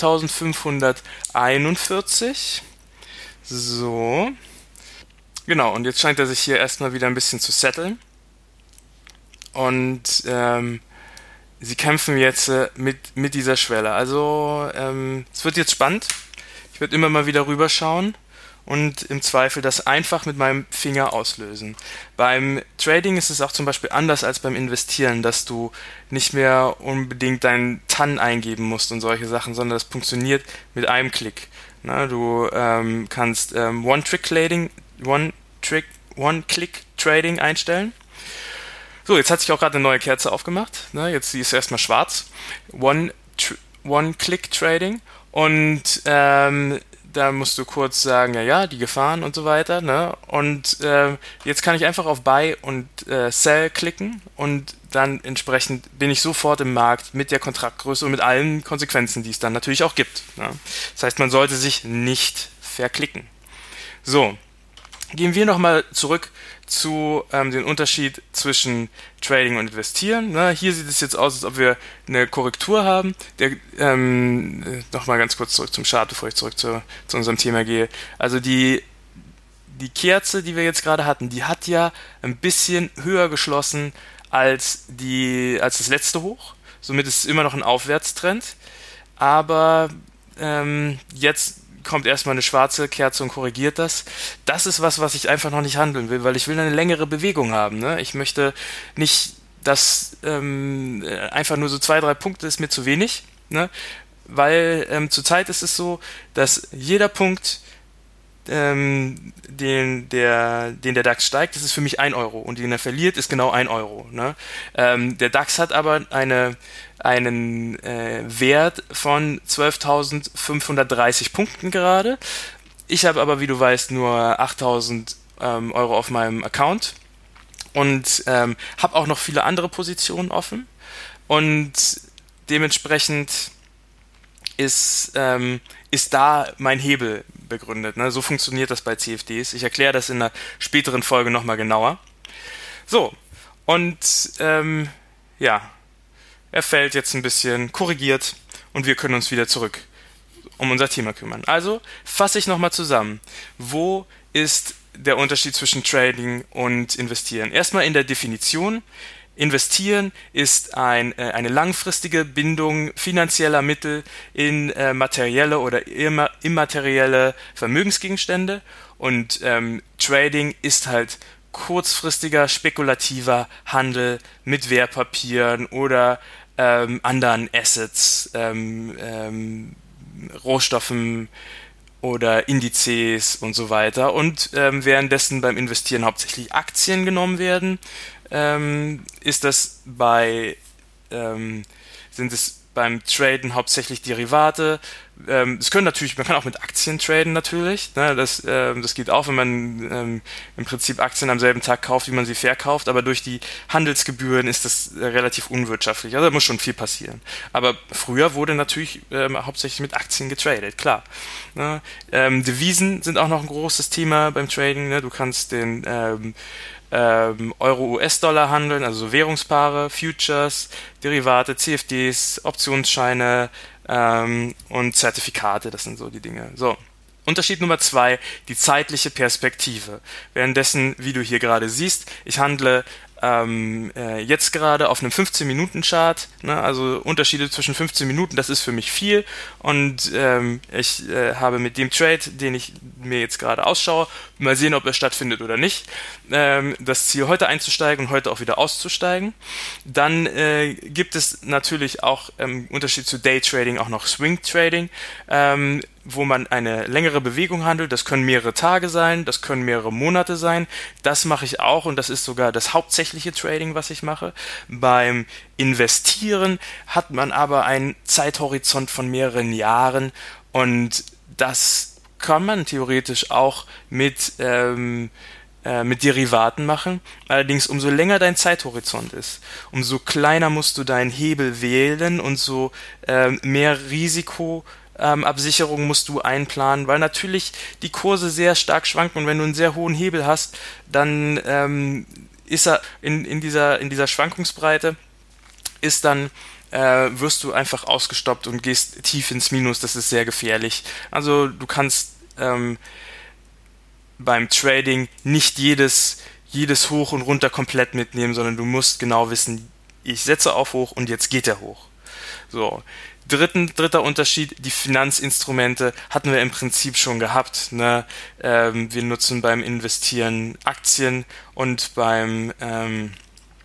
zwölftausendfünfhunderteinundvierzig. So. Genau, und jetzt scheint er sich hier erstmal wieder ein bisschen zu setteln. Und ähm, sie kämpfen jetzt äh, mit, mit dieser Schwelle. Also ähm, es wird jetzt spannend. Ich werde immer mal wieder rüberschauen und im Zweifel das einfach mit meinem Finger auslösen. Beim Trading ist es auch zum Beispiel anders als beim Investieren, dass du nicht mehr unbedingt deinen T A N eingeben musst und solche Sachen, sondern das funktioniert mit einem Klick. Na, du ähm, kannst ähm, One-Trick-Trading, One-Trick, One-Click-Trading einstellen. So, jetzt hat sich auch gerade eine neue Kerze aufgemacht. Ne? Jetzt die ist erstmal schwarz. One, tr- One-Click-Trading. Und ähm, da musst du kurz sagen, ja, ja, die Gefahren und so weiter. Ne? Und äh, jetzt kann ich einfach auf Buy und äh, Sell klicken und dann entsprechend bin ich sofort im Markt mit der Kontraktgröße und mit allen Konsequenzen, die es dann natürlich auch gibt. Ne? Das heißt, man sollte sich nicht verklicken. So, gehen wir nochmal zurück zu ähm, den Unterschied zwischen Trading und Investieren. Na, hier sieht es jetzt aus, als ob wir eine Korrektur haben. Der, ähm, nochmal ganz kurz zurück zum Chart, bevor ich zurück zu, zu unserem Thema gehe. Also die, die Kerze, die wir jetzt gerade hatten, die hat ja ein bisschen höher geschlossen als, die, als das letzte Hoch. Somit ist es immer noch ein Aufwärtstrend. Aber ähm, jetzt kommt erstmal eine schwarze Kerze und korrigiert das. Das ist was, was ich einfach noch nicht handeln will, weil ich will eine längere Bewegung haben. Ne? Ich möchte nicht, dass ähm, einfach nur so zwei, drei Punkte ist mir zu wenig. Ne? Weil ähm, zurzeit ist es so, dass jeder Punkt, ähm, den, der, den der DAX steigt, das ist für mich ein Euro und den er verliert, ist genau ein Euro. Ne? Ähm, der DAX hat aber eine einen äh, Wert von zwölftausendfünfhundertdreißig Punkten gerade. Ich habe aber, wie du weißt, nur achttausend ähm, Euro auf meinem Account und ähm, habe auch noch viele andere Positionen offen und dementsprechend ist, ähm, ist da mein Hebel begründet. Ne? So funktioniert das bei C F Ds. Ich erkläre das in einer späteren Folge nochmal genauer. So, und ähm, ja, er fällt jetzt ein bisschen, korrigiert und wir können uns wieder zurück um unser Thema kümmern. Also fasse ich nochmal zusammen. Wo ist der Unterschied zwischen Trading und Investieren? Erstmal in der Definition. Investieren ist ein, äh, eine langfristige Bindung finanzieller Mittel in äh, materielle oder immer, immaterielle Vermögensgegenstände und ähm, Trading ist halt kurzfristiger, spekulativer Handel mit Wertpapieren oder ähm, anderen Assets, ähm, ähm, Rohstoffen oder Indizes und so weiter. Und ähm, währenddessen beim Investieren hauptsächlich Aktien genommen werden, ähm, ist das bei ähm, sind es beim Traden hauptsächlich Derivate. Ähm, es können natürlich, man kann auch mit Aktien traden natürlich. Ne? Das, ähm, das geht auch, wenn man ähm, im Prinzip Aktien am selben Tag kauft, wie man sie verkauft. Aber durch die Handelsgebühren ist das äh, relativ unwirtschaftlich. Also da muss schon viel passieren. Aber früher wurde natürlich ähm, hauptsächlich mit Aktien getradet, klar. Ne? Ähm, Devisen sind auch noch ein großes Thema beim Trading. Ne? Du kannst den ähm, Euro-U S-Dollar handeln, also Währungspaare, Futures, Derivate, C F Ds, Optionsscheine ähm, und Zertifikate, das sind so die Dinge. So, Unterschied Nummer zwei, die zeitliche Perspektive. Währenddessen, wie du hier gerade siehst, ich handle ähm, äh, jetzt gerade auf einem fünfzehn-Minuten-Chart, ne, also Unterschiede zwischen fünfzehn Minuten, das ist für mich viel und ähm, ich äh, habe mit dem Trade, den ich mir jetzt gerade ausschaue, mal sehen, ob er stattfindet oder nicht, ähm, das Ziel heute einzusteigen und heute auch wieder auszusteigen. Dann äh, gibt es natürlich auch im Unterschied zu Daytrading auch noch Swing-Trading, ähm, wo man eine längere Bewegung handelt. Das können mehrere Tage sein, das können mehrere Monate sein. Das mache ich auch und das ist sogar das hauptsächliche Trading, was ich mache. Beim Investieren hat man aber einen Zeithorizont von mehreren Jahren und das kann man theoretisch auch mit ähm, äh, mit Derivaten machen. Allerdings, umso länger dein Zeithorizont ist, umso kleiner musst du deinen Hebel wählen und so ähm, mehr Risiko Ähm, Absicherung musst du einplanen, weil natürlich die Kurse sehr stark schwanken und wenn du einen sehr hohen Hebel hast, dann ähm, ist er in, in, dieser, in dieser Schwankungsbreite, ist dann äh, wirst du einfach ausgestoppt und gehst tief ins Minus, das ist sehr gefährlich. Also du kannst ähm, beim Trading nicht jedes, jedes Hoch und Runter komplett mitnehmen, sondern du musst genau wissen, ich setze auf hoch und jetzt geht er hoch. So. Dritten, dritter Unterschied, die Finanzinstrumente hatten wir im Prinzip schon gehabt. Ne? Ähm, wir nutzen beim Investieren Aktien und beim, ähm,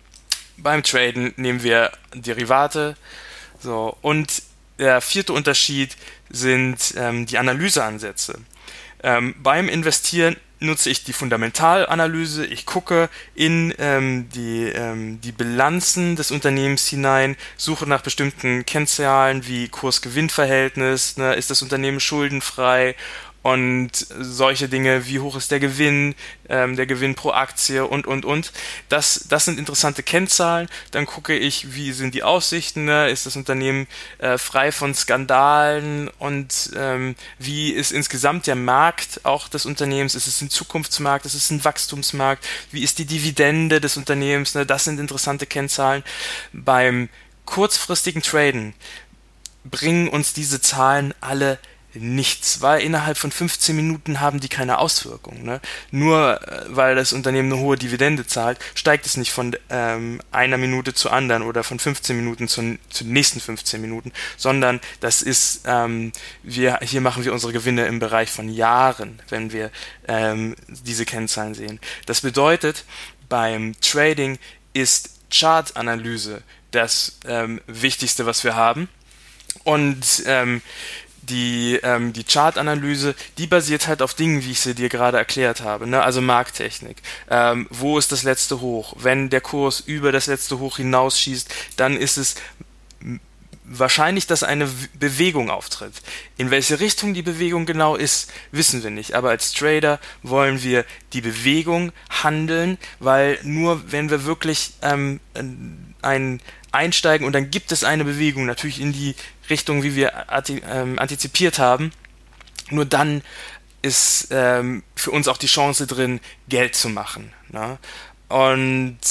beim Traden nehmen wir Derivate. So. Und der vierte Unterschied sind ähm, die Analyseansätze. Ähm, beim Investieren nutze ich die Fundamentalanalyse. Ich gucke in ähm, die, ähm, die Bilanzen des Unternehmens hinein, suche nach bestimmten Kennzahlen wie Kurs-Gewinn-Verhältnis, ne, ist das Unternehmen schuldenfrei und solche Dinge, wie hoch ist der Gewinn, ähm, der Gewinn pro Aktie und, und, und. Das, das sind interessante Kennzahlen. Dann gucke ich, wie sind die Aussichten, ne? Ist das Unternehmen äh, frei von Skandalen und ähm, wie ist insgesamt der Markt auch des Unternehmens? Ist es ein Zukunftsmarkt? Ist es ein Wachstumsmarkt? Wie ist die Dividende des Unternehmens? Ne? Das sind interessante Kennzahlen. Beim kurzfristigen Traden bringen uns diese Zahlen alle nichts, weil innerhalb von fünfzehn Minuten haben die keine Auswirkung. Ne? Nur äh, weil das Unternehmen eine hohe Dividende zahlt, steigt es nicht von ähm, einer Minute zur anderen oder von fünfzehn Minuten zu, zu den nächsten fünfzehn Minuten, sondern das ist, ähm, wir, hier machen wir unsere Gewinne im Bereich von Jahren, wenn wir ähm, diese Kennzahlen sehen. Das bedeutet, beim Trading ist Chartanalyse das ähm, Wichtigste, was wir haben. Und ähm, Die, ähm, die Chartanalyse, die basiert halt auf Dingen, wie ich sie dir gerade erklärt habe, ne? Also Markttechnik. Ähm, wo ist das letzte Hoch? Wenn der Kurs über das letzte Hoch hinausschießt, dann ist es wahrscheinlich, dass eine Bewegung auftritt. In welche Richtung die Bewegung genau ist, wissen wir nicht. Aber als Trader wollen wir die Bewegung handeln, weil nur wenn wir wirklich ähm, ein einsteigen und dann gibt es eine Bewegung, natürlich in die Richtung, wie wir ähm, antizipiert haben, nur dann ist ähm, für uns auch die Chance drin, Geld zu machen. Ne? Und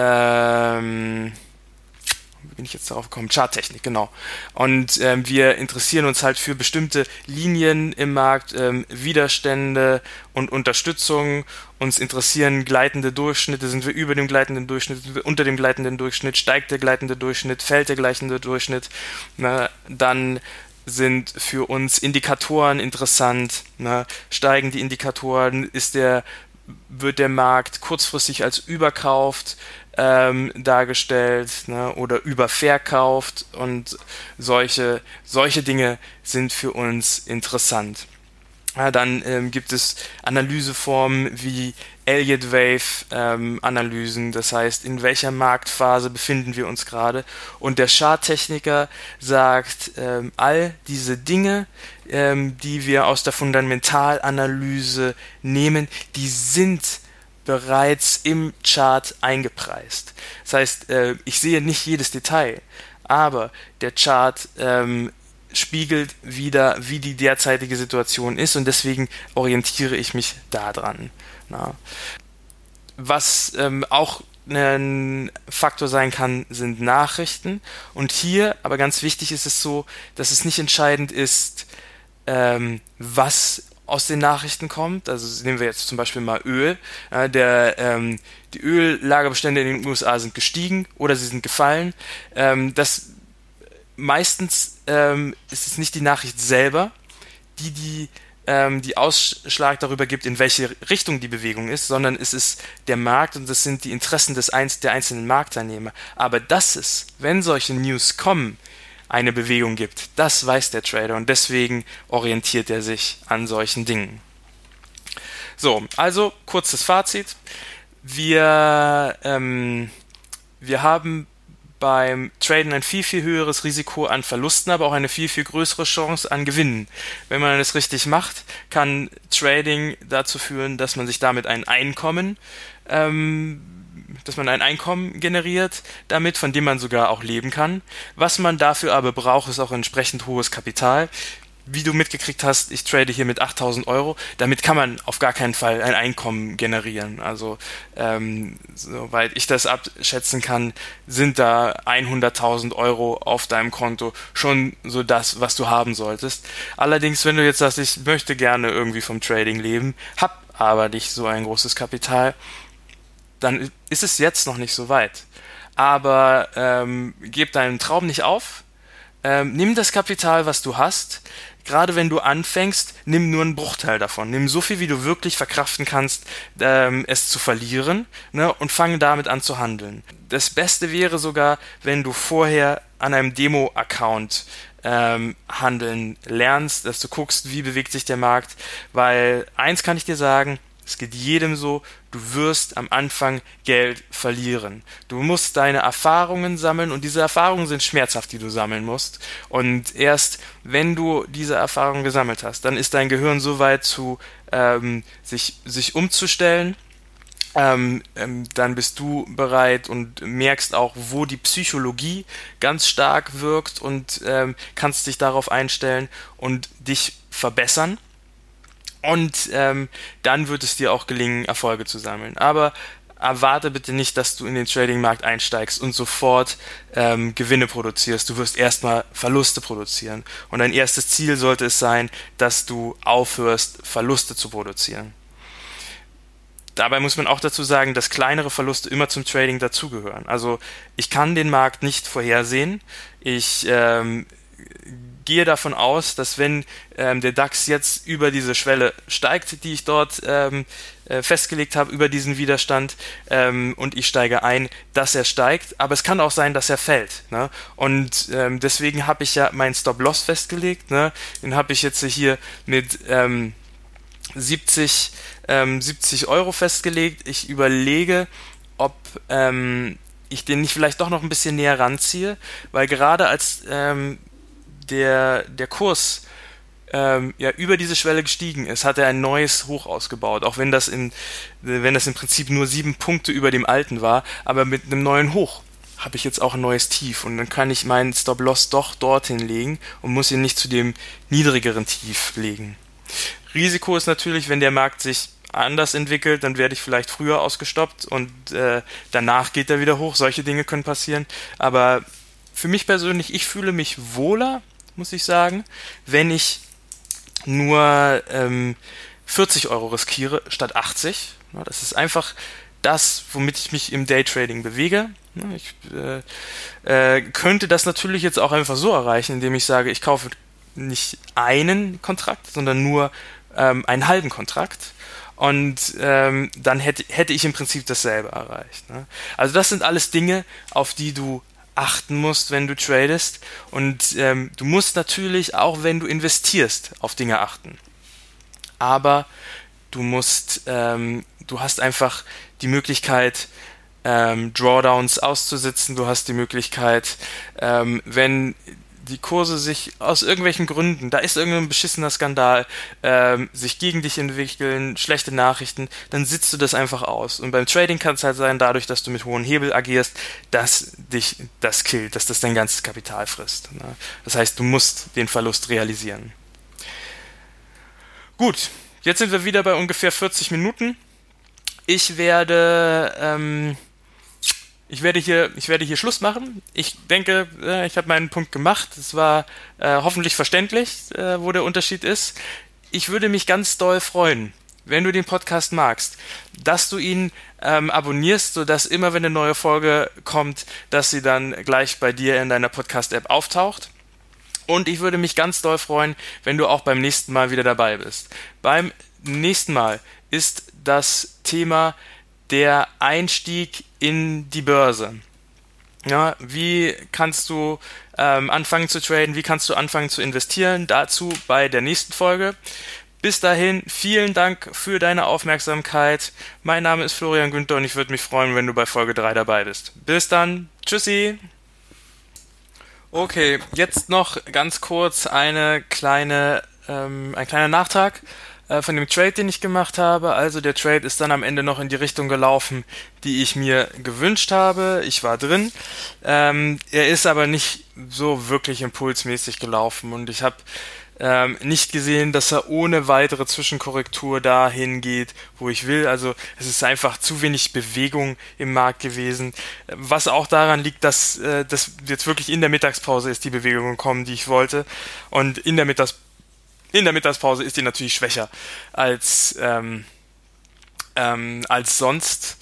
ähm, wie bin ich jetzt darauf gekommen? Charttechnik, genau. Und ähm, wir interessieren uns halt für bestimmte Linien im Markt, ähm, Widerstände und Unterstützung. Uns interessieren gleitende Durchschnitte, sind wir über dem gleitenden Durchschnitt, sind wir unter dem gleitenden Durchschnitt, steigt der gleitende Durchschnitt, fällt der gleitende Durchschnitt. Na, dann sind für uns Indikatoren interessant. Na, steigen die Indikatoren, ist der, wird der Markt kurzfristig als überkauft ähm, dargestellt, ne, oder überverkauft, und solche, solche Dinge sind für uns interessant. Ja, dann ähm, gibt es Analyseformen wie Elliott Wave ähm, Analysen, das heißt, in welcher Marktphase befinden wir uns gerade, und der Charttechniker sagt, ähm, all diese Dinge, ähm, die wir aus der Fundamentalanalyse nehmen, die sind bereits im Chart eingepreist. Das heißt, äh, ich sehe nicht jedes Detail, aber der Chart ähm, spiegelt wieder, wie die derzeitige Situation ist, und deswegen orientiere ich mich daran. Na. Was ähm, auch ein Faktor sein kann, sind Nachrichten. Und hier, aber ganz wichtig, ist es so, dass es nicht entscheidend ist, ähm, was aus den Nachrichten kommt. Also nehmen wir jetzt zum Beispiel mal Öl. Ja, der, ähm, die Öllagerbestände in den U S A sind gestiegen oder sie sind gefallen. Ähm, das meistens ähm, ist es nicht die Nachricht selber, die die ähm, die Ausschlag darüber gibt, in welche Richtung die Bewegung ist, sondern es ist der Markt, und das sind die Interessen des Einz- der einzelnen Marktteilnehmer. Aber dass es, wenn solche News kommen, eine Bewegung gibt, das weiß der Trader, und deswegen orientiert er sich an solchen Dingen. So, also kurzes Fazit. Wir, ähm, wir haben beim Traden ein viel, viel höheres Risiko an Verlusten, aber auch eine viel, viel größere Chance an Gewinnen. Wenn man es richtig macht, kann Trading dazu führen, dass man sich damit ein Einkommen, ähm, dass man ein Einkommen generiert damit, von dem man sogar auch leben kann. Was man dafür aber braucht, ist auch entsprechend hohes Kapital. Wie du mitgekriegt hast, ich trade hier mit achttausend Euro. Damit kann man auf gar keinen Fall ein Einkommen generieren. Also, ähm, soweit ich das abschätzen kann, sind da hunderttausend Euro auf deinem Konto schon so das, was du haben solltest. Allerdings, wenn du jetzt sagst, ich möchte gerne irgendwie vom Trading leben, hab aber nicht so ein großes Kapital, dann ist es jetzt noch nicht so weit. aber ähm, gib deinen Traum nicht auf. Ähm, nimm das Kapital, was du hast. Gerade wenn du anfängst, nimm nur einen Bruchteil davon. Nimm so viel, wie du wirklich verkraften kannst, ähm, es zu verlieren, ne, und fang damit an zu handeln. Das Beste wäre sogar, wenn du vorher an einem Demo-Account ähm, handeln lernst, dass du guckst, wie bewegt sich der Markt, weil eins kann ich dir sagen, es geht jedem so, du wirst am Anfang Geld verlieren. Du musst deine Erfahrungen sammeln und diese Erfahrungen sind schmerzhaft, die du sammeln musst. Und erst wenn du diese Erfahrungen gesammelt hast, dann ist dein Gehirn so weit zu ähm, sich, sich umzustellen. Ähm, ähm, dann bist du bereit und merkst auch, wo die Psychologie ganz stark wirkt und ähm, kannst dich darauf einstellen und dich verbessern. Und ähm, dann wird es dir auch gelingen, Erfolge zu sammeln. Aber erwarte bitte nicht, dass du in den Trading-Markt einsteigst und sofort ähm, Gewinne produzierst. Du wirst erstmal Verluste produzieren. Und dein erstes Ziel sollte es sein, dass du aufhörst, Verluste zu produzieren. Dabei muss man auch dazu sagen, dass kleinere Verluste immer zum Trading dazugehören. Also ich kann den Markt nicht vorhersehen. Ich ähm, gehe davon aus, dass wenn ähm, der DAX jetzt über diese Schwelle steigt, die ich dort ähm, äh, festgelegt habe, über diesen Widerstand, ähm, und ich steige ein, dass er steigt, aber es kann auch sein, dass er fällt, ne? Und ähm, deswegen habe ich ja meinen Stop-Loss festgelegt, ne? Den habe ich jetzt hier mit ähm, siebzig, ähm, siebzig Euro festgelegt. Ich überlege, ob ähm, ich den nicht vielleicht doch noch ein bisschen näher ranziehe, weil gerade als ähm, der, der Kurs ähm, ja über diese Schwelle gestiegen ist, hat er ein neues Hoch ausgebaut, auch wenn das in, wenn das im Prinzip nur sieben Punkte über dem alten war, aber mit einem neuen Hoch habe ich jetzt auch ein neues Tief und dann kann ich meinen Stop-Loss doch dorthin legen und muss ihn nicht zu dem niedrigeren Tief legen. Risiko ist natürlich, wenn der Markt sich anders entwickelt, dann werde ich vielleicht früher ausgestoppt und äh, danach geht er wieder hoch. Solche Dinge können passieren, aber für mich persönlich, ich fühle mich wohler, muss ich sagen, wenn ich nur ähm, vierzig Euro riskiere statt achtzig. Ja, das ist einfach das, womit ich mich im Daytrading bewege. Ja, ich äh, äh, könnte das natürlich jetzt auch einfach so erreichen, indem ich sage, ich kaufe nicht einen Kontrakt, sondern nur ähm, einen halben Kontrakt. Und ähm, dann hätte, hätte ich im Prinzip dasselbe erreicht. Ne? Also das sind alles Dinge, auf die du achten musst, wenn du tradest. Und ähm, du musst natürlich auch, wenn du investierst, auf Dinge achten. Aber du musst, ähm, du hast einfach die Möglichkeit, ähm, Drawdowns auszusitzen. Du hast die Möglichkeit, ähm, wenn die Kurse sich aus irgendwelchen Gründen, da ist irgendein beschissener Skandal, ähm, sich gegen dich entwickeln, schlechte Nachrichten, dann sitzt du das einfach aus. Und beim Trading kann es halt sein, dadurch, dass du mit hohem Hebel agierst, dass dich das killt, dass das dein ganzes Kapital frisst. Ne? Das heißt, du musst den Verlust realisieren. Gut, jetzt sind wir wieder bei ungefähr vierzig Minuten. Ich werde... Ähm, Ich werde hier, ich werde hier Schluss machen. Ich denke, äh, ich habe meinen Punkt gemacht. Es war äh, hoffentlich verständlich, äh, wo der Unterschied ist. Ich würde mich ganz doll freuen, wenn du den Podcast magst, dass du ihn ähm, abonnierst, sodass immer, wenn eine neue Folge kommt, dass sie dann gleich bei dir in deiner Podcast-App auftaucht. Und ich würde mich ganz doll freuen, wenn du auch beim nächsten Mal wieder dabei bist. Beim nächsten Mal ist das Thema der Einstieg in die Börse. Ja, wie kannst du ähm, anfangen zu traden? Wie kannst du anfangen zu investieren? Dazu bei der nächsten Folge. Bis dahin, vielen Dank für deine Aufmerksamkeit. Mein Name ist Florian Günther und ich würde mich freuen, wenn du bei Folge drei dabei bist. Bis dann. Tschüssi. Okay, jetzt noch ganz kurz eine kleine, ähm, ein kleiner Nachtrag von dem Trade, den ich gemacht habe. Also der Trade ist dann am Ende noch in die Richtung gelaufen, die ich mir gewünscht habe. Ich war drin. Ähm, er ist aber nicht so wirklich impulsmäßig gelaufen und ich habe ähm, nicht gesehen, dass er ohne weitere Zwischenkorrektur dahin geht, wo ich will. Also es ist einfach zu wenig Bewegung im Markt gewesen, was auch daran liegt, dass äh, das jetzt wirklich in der Mittagspause ist die Bewegung gekommen, die ich wollte, und in der Mittagspause In der Mittagspause ist die natürlich schwächer als, ähm, ähm, als sonst.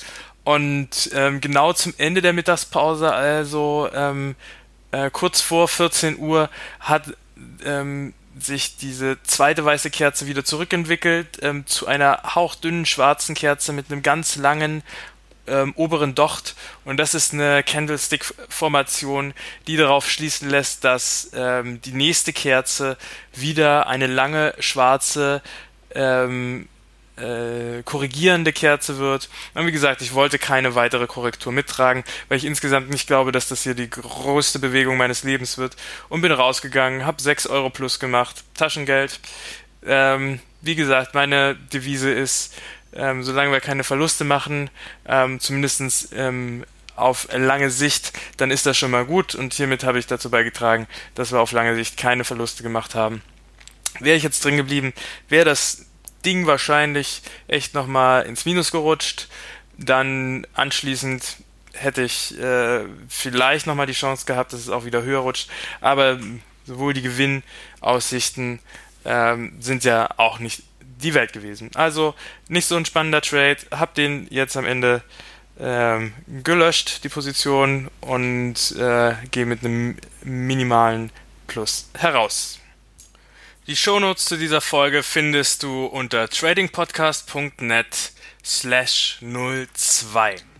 Und ähm, genau zum Ende der Mittagspause, also ähm, äh, kurz vor vierzehn Uhr, hat ähm, sich diese zweite weiße Kerze wieder zurückentwickelt ähm, zu einer hauchdünnen schwarzen Kerze mit einem ganz langen ähm, oberen Docht. Und das ist eine Candlestick-Formation, die darauf schließen lässt, dass ähm, die nächste Kerze wieder eine lange schwarze ähm, äh, korrigierende Kerze wird. Und wie gesagt, ich wollte keine weitere Korrektur mittragen, weil ich insgesamt nicht glaube, dass das hier die größte Bewegung meines Lebens wird. Und bin rausgegangen, habe sechs Euro plus gemacht, Taschengeld. Ähm, wie gesagt, meine Devise ist, ähm, solange wir keine Verluste machen, ähm, zumindest ähm, auf lange Sicht, dann ist das schon mal gut. Und hiermit habe ich dazu beigetragen, dass wir auf lange Sicht keine Verluste gemacht haben. Wäre ich jetzt drin geblieben, wäre das Ding wahrscheinlich echt nochmal ins Minus gerutscht. Dann anschließend hätte ich äh, vielleicht nochmal die Chance gehabt, dass es auch wieder höher rutscht. Aber sowohl die Gewinnaussichten ähm, sind ja auch nicht die Welt gewesen. Also nicht so ein spannender Trade. Hab den jetzt am Ende ähm, gelöscht, die Position, und äh, gehe mit einem minimalen Plus heraus. Die Shownotes zu dieser Folge findest du unter tradingpodcast punkt net slash null zwei.